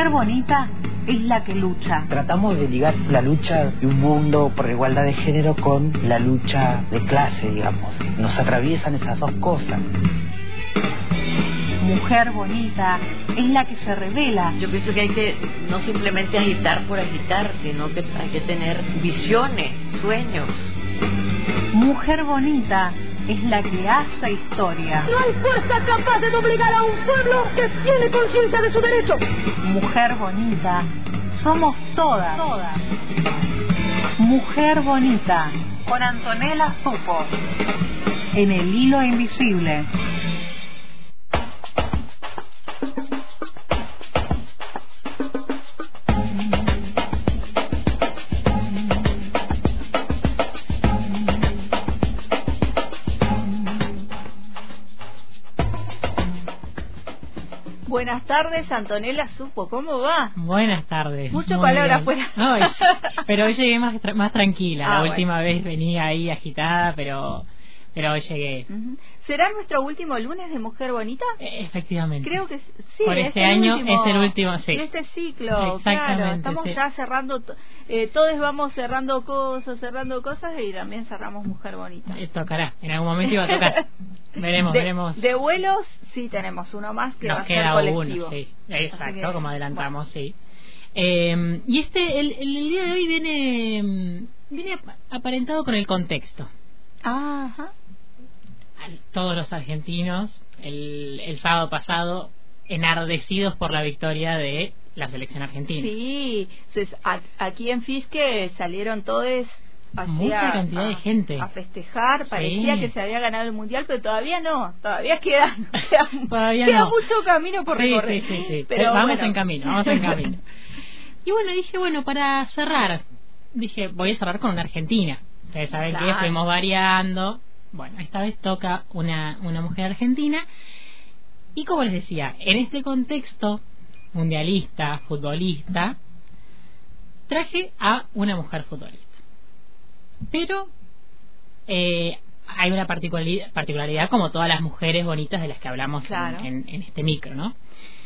Mujer bonita es la que lucha. Tratamos de ligar la lucha de un mundo por la igualdad de género con la lucha de clase, digamos. Nos atraviesan esas dos cosas. Mujer bonita es la que se revela. Yo pienso que hay que no simplemente agitar por agitar, sino que hay que tener visiones, sueños. Mujer bonita es la que hace historia. No hay fuerza capaz de doblegar a un pueblo que tiene conciencia de su derecho. Mujer bonita somos todas. Mujer bonita con Antonella Supo en El Hilo Invisible. Buenas tardes, Antonella Supo, ¿cómo va? Buenas tardes. Mucho calor afuera. Ay, pero hoy llegué más tranquila. La última bueno. vez venía ahí agitada, pero hoy llegué. ¿Será nuestro último lunes de Mujer Bonita? Efectivamente. Creo que sí. Por este año es el último, sí. En este ciclo, exactamente, claro. Estamos sí. ya cerrando, todos vamos cerrando cosas y también cerramos Mujer Bonita. Tocará, en algún momento iba a tocar. Veremos. De vuelos, sí tenemos uno más que nos va a ser queda colectivo. uno, sí. Exacto, que, como adelantamos, bueno. sí. Y el día de hoy viene aparentado con el contexto. Ajá. Todos los argentinos el sábado pasado enardecidos por la victoria de la selección argentina. Sí, aquí en Fisque salieron todos mucha cantidad de gente a festejar, sí. Parecía que se había ganado el mundial, pero todavía no, todavía queda mucho camino por recorrer. Sí. Pero vamos bueno. en camino. Y bueno, dije, para cerrar, voy a cerrar con una argentina. Ustedes saben claro. que fuimos variando. Bueno, esta vez toca una mujer argentina. Y como les decía, en este contexto mundialista, futbolista, traje a una mujer futbolista. Pero hay una particularidad como todas las mujeres bonitas de las que hablamos claro. en este micro, ¿no?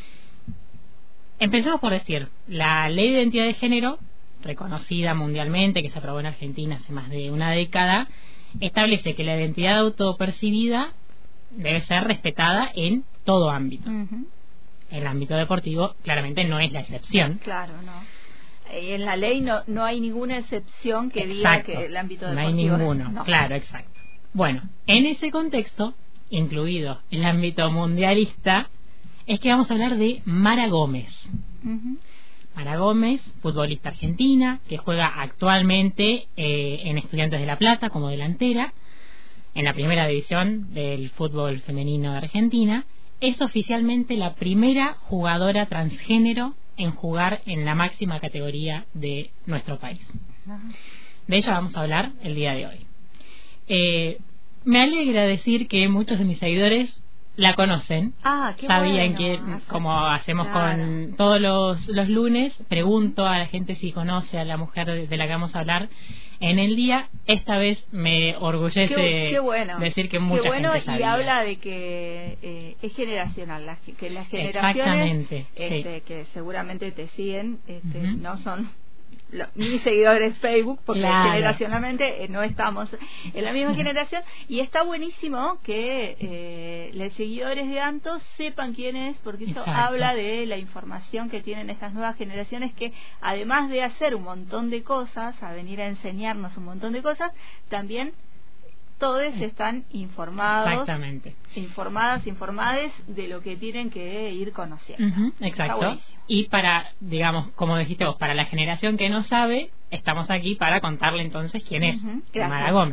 Empecemos por decir, la ley de identidad de género, reconocida mundialmente, que se aprobó en Argentina hace más de una década, establece que la identidad autopercibida debe ser respetada en todo ámbito. El ámbito deportivo claramente no es la excepción. Claro, no. En la ley no hay ninguna excepción que exacto. diga que el ámbito deportivo... No hay ninguno, no. Claro, exacto. Bueno, en ese contexto, incluido el ámbito mundialista, es que vamos a hablar de Mara Gómez. Mara Gómez, futbolista argentina, que juega actualmente en Estudiantes de La Plata como delantera, en la primera división del fútbol femenino de Argentina. Es oficialmente la primera jugadora transgénero en jugar en la máxima categoría de nuestro país. De ella vamos a hablar el día de hoy. Me alegra decir que muchos de mis seguidores la conocen. Sabían bueno. Que, como hacemos claro. con todos los lunes, pregunto a la gente si conoce a la mujer de la que vamos a hablar en el día. Esta vez me orgullece qué bueno. decir que mucha gente sabía. Y habla de que es generacional, que las generaciones exactamente, sí. que seguramente te siguen no son mis seguidores de Facebook, porque claro. generacionalmente no estamos en la misma generación, y está buenísimo que los seguidores de Anto sepan quién es, porque eso exacto. habla de la información que tienen estas nuevas generaciones, que además de hacer un montón de cosas, a venir a enseñarnos un montón de cosas, también todos están exactamente. informadas de lo que tienen que ir conociendo. Exacto. Y para, digamos, como dijiste vos, para la generación que no sabe, estamos aquí para contarle entonces quién es Mara Gómez.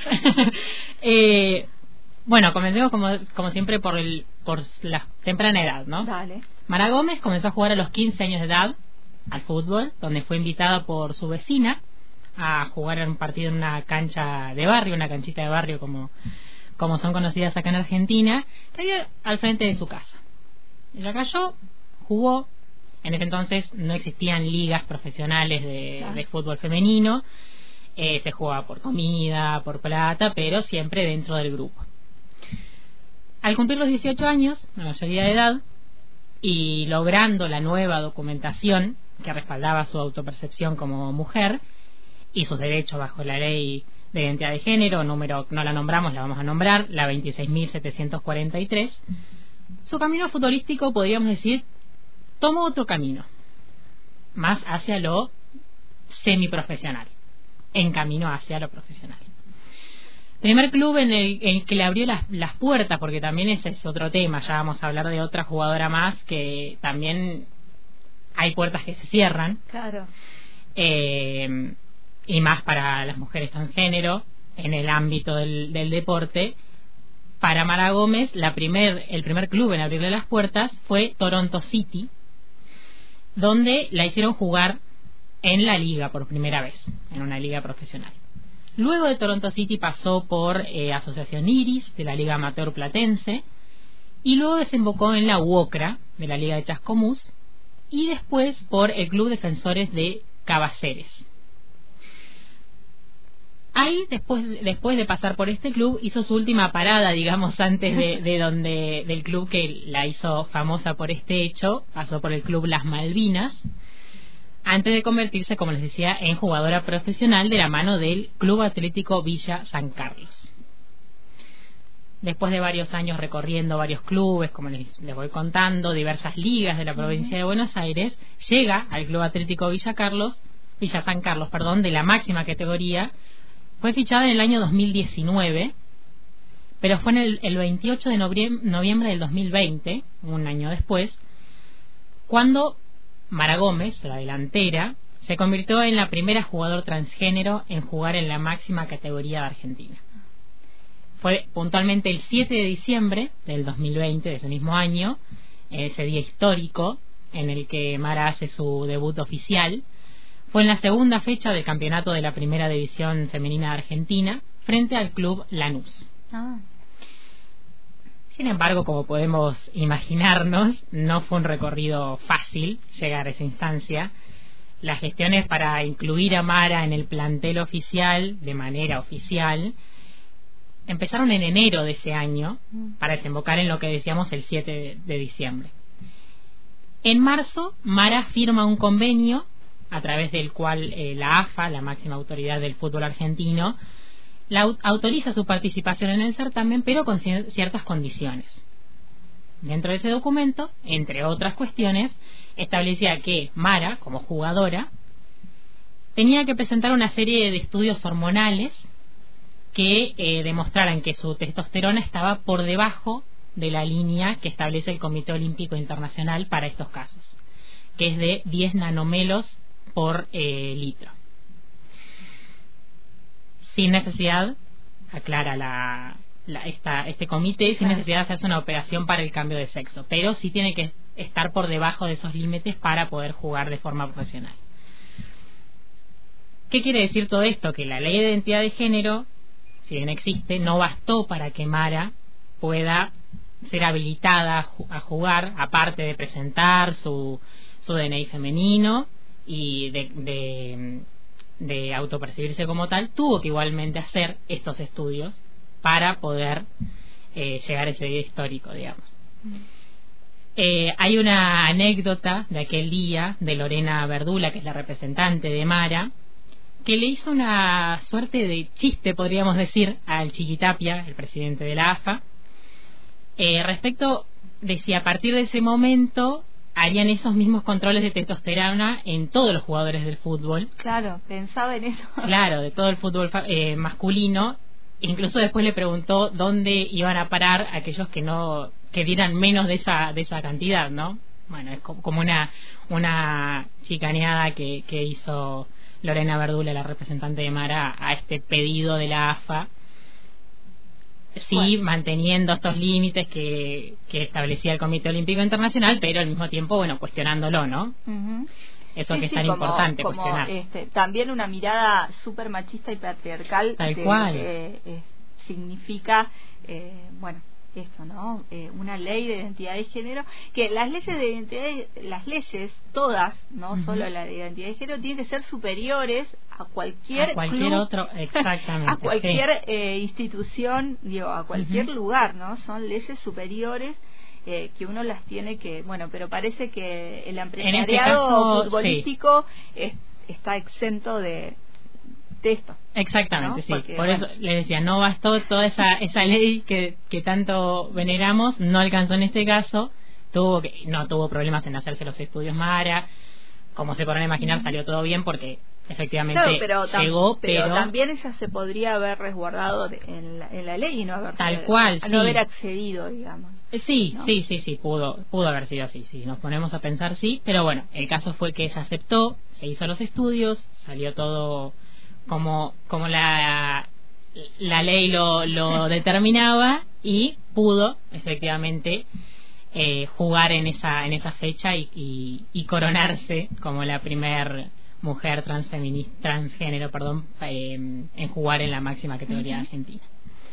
Bueno, comencemos como siempre por la temprana edad, ¿no? Dale. Mara Gómez comenzó a jugar a los 15 años de edad al fútbol, donde fue invitada por su vecina a jugar en un partido en una cancha de barrio, una canchita de barrio como son conocidas acá en Argentina, que había al frente de su casa. Ella cayó, jugó. En ese entonces no existían ligas profesionales de fútbol femenino, se jugaba por comida, por plata, pero siempre dentro del grupo. Al cumplir los 18 años, la mayoría de edad, y logrando la nueva documentación que respaldaba su autopercepción como mujer y sus derechos bajo la ley de identidad de género, número, no la nombramos, la vamos a nombrar, la 26.743, su camino futbolístico, podríamos decir, tomó otro camino, más hacia lo semiprofesional, en camino hacia lo profesional. Primer club en el que le abrió las puertas, porque también ese es otro tema, ya vamos a hablar de otra jugadora más que también hay puertas que se cierran. Claro. Y más para las mujeres transgénero en el ámbito del deporte. Para Mara Gómez, el primer club en abrirle las puertas fue Toronto City, donde la hicieron jugar en la liga por primera vez, en una liga profesional. Luego de Toronto City pasó por Asociación Iris, de la Liga Amateur Platense, y luego desembocó en la UOCRA, de la Liga de Chascomús, y después por el Club Defensores de Cabaceres. Ahí, después de pasar por este club, hizo su última parada, digamos, antes del club que la hizo famosa por este hecho. Pasó por el club Las Malvinas, antes de convertirse, como les decía, en jugadora profesional de la mano del Club Atlético Villa San Carlos. Después de varios años recorriendo varios clubes, como les voy contando, diversas ligas de la provincia de Buenos Aires, llega al Club Atlético Villa San Carlos, de la máxima categoría. Fue fichada en el año 2019, pero fue en el 28 de noviembre del 2020, un año después, cuando Mara Gómez, la delantera, se convirtió en la primera jugadora transgénero en jugar en la máxima categoría de Argentina. Fue puntualmente el 7 de diciembre del 2020, de ese mismo año, ese día histórico en el que Mara hace su debut oficial. Fue en la segunda fecha del campeonato de la Primera División Femenina de Argentina, frente al club Lanús. Sin embargo, como podemos imaginarnos, no fue un recorrido fácil llegar a esa instancia. Las gestiones para incluir a Mara en el plantel oficial, de manera oficial, empezaron en enero de ese año, para desembocar en lo que decíamos el 7 de diciembre. En marzo, Mara firma un convenio a través del cual la AFA, la máxima autoridad del fútbol argentino, autoriza su participación en el certamen, pero con ciertas condiciones. Dentro de ese documento, entre otras cuestiones, establecía que Mara, como jugadora, tenía que presentar una serie de estudios hormonales que demostraran que su testosterona estaba por debajo de la línea que establece el Comité Olímpico Internacional para estos casos, que es de 10 nanomelos por litro. Sin necesidad, aclara este comité, sin necesidad de hacerse una operación para el cambio de sexo, pero sí tiene que estar por debajo de esos límites para poder jugar de forma profesional. ¿Qué quiere decir todo esto? Que la ley de identidad de género, si bien existe, no bastó para que Mara pueda ser habilitada a jugar, aparte de presentar su DNI femenino y de autopercibirse como tal. Tuvo que igualmente hacer estos estudios para poder llegar a ese día histórico, digamos. Hay una anécdota de aquel día de Lorena Verdula, que es la representante de Mara, que le hizo una suerte de chiste, podríamos decir, al Chiquitapia, el presidente de la AFA, respecto de si a partir de ese momento harían esos mismos controles de testosterona en todos los jugadores del fútbol. Claro, pensaba en eso. Claro, de todo el fútbol masculino. Incluso después le preguntó dónde iban a parar aquellos que dieran menos de esa cantidad, ¿no? Bueno, es como una chicaneada que hizo Lorena Verdula, la representante de Mara, a este pedido de la AFA. Sí, bueno, manteniendo estos límites que establecía el Comité Olímpico Internacional, pero al mismo tiempo, bueno, cuestionándolo, ¿no? Eso sí, que es tan importante, cuestionar. También una mirada súper machista y patriarcal tal de cual. Lo que significa, bueno, esto, ¿no? Una ley de identidad de género, que las leyes de identidad, las leyes todas, no solo la de identidad de género, tienen que ser superiores a cualquier club, otro, exactamente, a cualquier institución, digo, a cualquier lugar, ¿no? Son leyes superiores que uno las tiene que, bueno, pero parece que el En este empresariado caso, futbolístico está exento de esto. Exactamente, ¿no? sí. Porque, por bueno, eso les decía, no bastó toda esa ley que tanto veneramos, no alcanzó en este caso, no tuvo problemas en hacerse los estudios Mara, como se podrán imaginar, salió todo bien porque efectivamente llegó, pero también ella se podría haber resguardado en la ley y no haber no haber accedido, digamos. Sí, ¿no? sí, pudo haber sido así, sí, nos ponemos a pensar sí, pero bueno, el caso fue que ella aceptó, se hizo los estudios, salió todo como la ley lo determinaba y pudo efectivamente jugar en esa fecha y coronarse como la primer mujer transgénero en jugar en la máxima categoría argentina.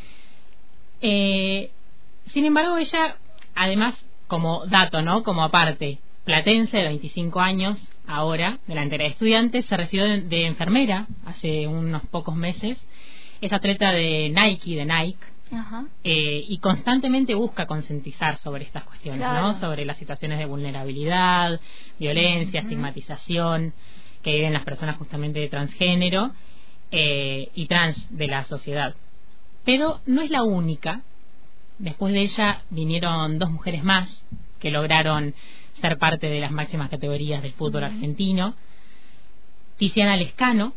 Sin embargo, ella, además, como dato, ¿no? Como aparte, platense de 25 años, ahora, delantera de Estudiantes, se recibió de enfermera hace unos pocos meses, es atleta de Nike, Ajá. Y constantemente busca concientizar sobre estas cuestiones, Claro. ¿no? Sobre las situaciones de vulnerabilidad, violencia, estigmatización que viven las personas justamente de transgénero y trans de la sociedad. Pero no es la única. Después de ella vinieron 2 mujeres más que lograron ser parte de las máximas categorías del fútbol argentino. Tiziana Lescano,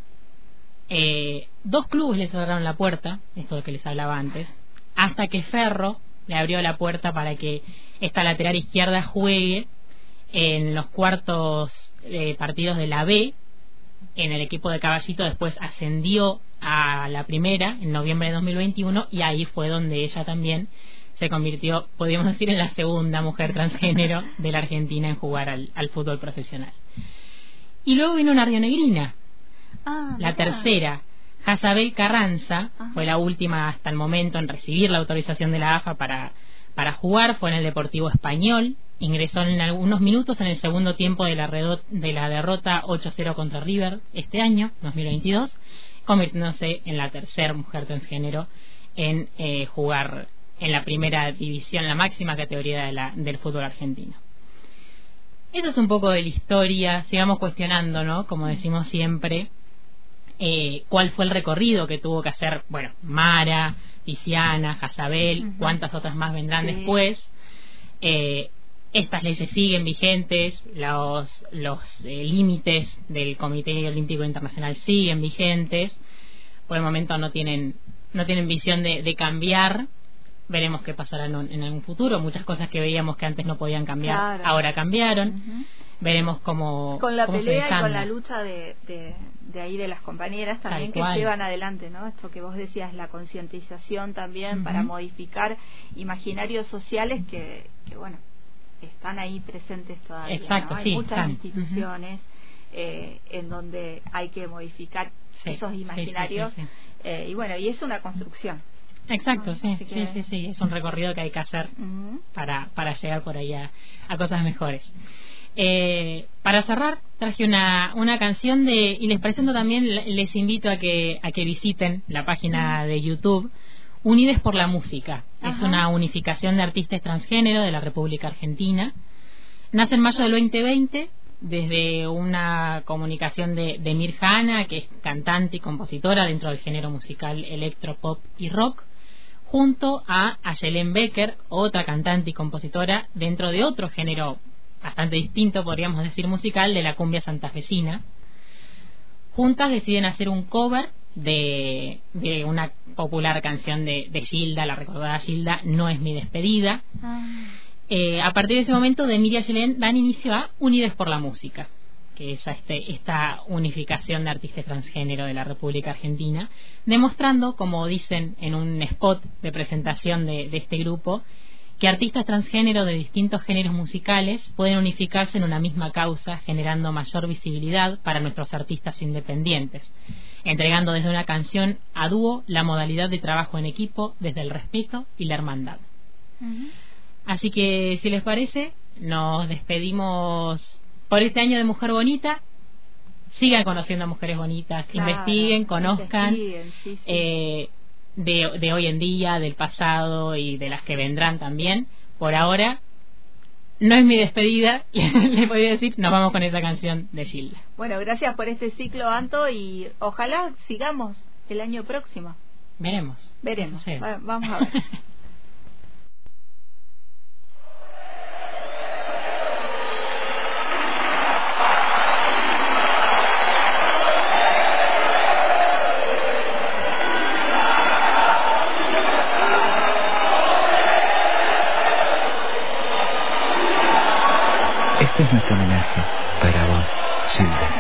2 clubes le cerraron la puerta, esto de que les hablaba antes, hasta que Ferro le abrió la puerta para que esta lateral izquierda juegue en los cuartos partidos de la B en el equipo de Caballito. Después ascendió a la primera en noviembre de 2021 y ahí fue donde ella también se convirtió, podríamos decir, en la segunda mujer transgénero de la Argentina en jugar al fútbol profesional. Y luego vino una rionegrina, la tercera, Jazabel Carranza. Fue la última hasta el momento en recibir la autorización de la AFA para jugar, fue en el Deportivo Español, ingresó en algunos minutos en el segundo tiempo de la derrota 8-0 contra River este año, 2022, convirtiéndose en la tercera mujer transgénero en jugar en la primera división, la máxima categoría del fútbol argentino. Eso es un poco de la historia. Sigamos cuestionando, ¿no? Como decimos siempre, cuál fue el recorrido que tuvo que hacer, bueno, Mara, Tiziana, Jazabel, cuántas otras más vendrán después. Estas leyes siguen vigentes, los límites del Comité Olímpico Internacional siguen vigentes. Por el momento no tienen visión de cambiar. Veremos qué pasará en algún futuro. Muchas cosas que veíamos que antes no podían cambiar, ahora cambiaron. Veremos cómo con la pelea se y con la lucha de ahí de las compañeras también que llevan adelante, ¿no? Esto que vos decías, la concientización también para modificar imaginarios sociales que bueno, están ahí presentes todavía. Exacto, ¿no? Hay muchas instituciones en donde hay que modificar esos imaginarios y bueno, y es una construcción. Exacto, sí, es un recorrido que hay que hacer para llegar por ahí a cosas mejores. Para cerrar, traje una canción y les presento también, les invito a que visiten la página de YouTube Unides por la Música. Es una unificación de artistas transgénero de la República Argentina. Nace en mayo del 2020 desde una comunicación de Mirja Ana, que es cantante y compositora dentro del género musical electropop y rock, junto a Ayelen Becker, otra cantante y compositora dentro de otro género bastante distinto, podríamos decir musical, de la cumbia santafesina. Juntas deciden hacer un cover de una popular canción de Gilda, la recordada Gilda, No es mi despedida. A partir de ese momento, Demir y Ayelen dan inicio a Unides por la Música, que es esta unificación de artistas transgénero de la República Argentina, demostrando, como dicen en un spot de presentación de este grupo, que artistas transgénero de distintos géneros musicales pueden unificarse en una misma causa, generando mayor visibilidad para nuestros artistas independientes, entregando desde una canción a dúo la modalidad de trabajo en equipo desde el respeto y la hermandad. Así que, si les parece, nos despedimos por este año de Mujer Bonita. Sigan conociendo a mujeres bonitas, investiguen, conozcan de hoy en día, del pasado y de las que vendrán también. Por ahora no es mi despedida, le podría decir, nos vamos con esa canción de Gilda. Bueno, gracias por este ciclo, Anto, y ojalá sigamos el año próximo. Veremos. Sí. Vamos a ver. Este es nuestro homenaje para vos, Gilda.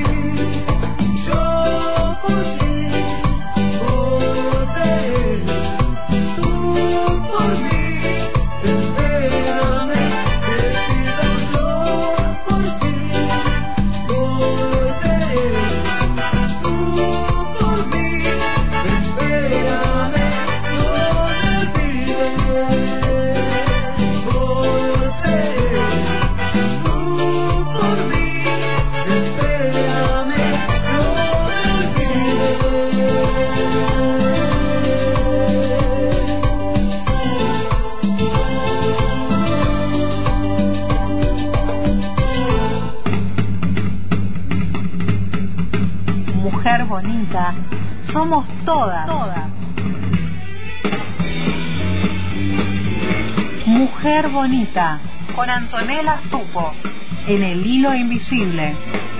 Yo por ti volveré. mujer bonita, somos todas. Mujer bonita, con Antonella Supo, en El Hilo Invisible.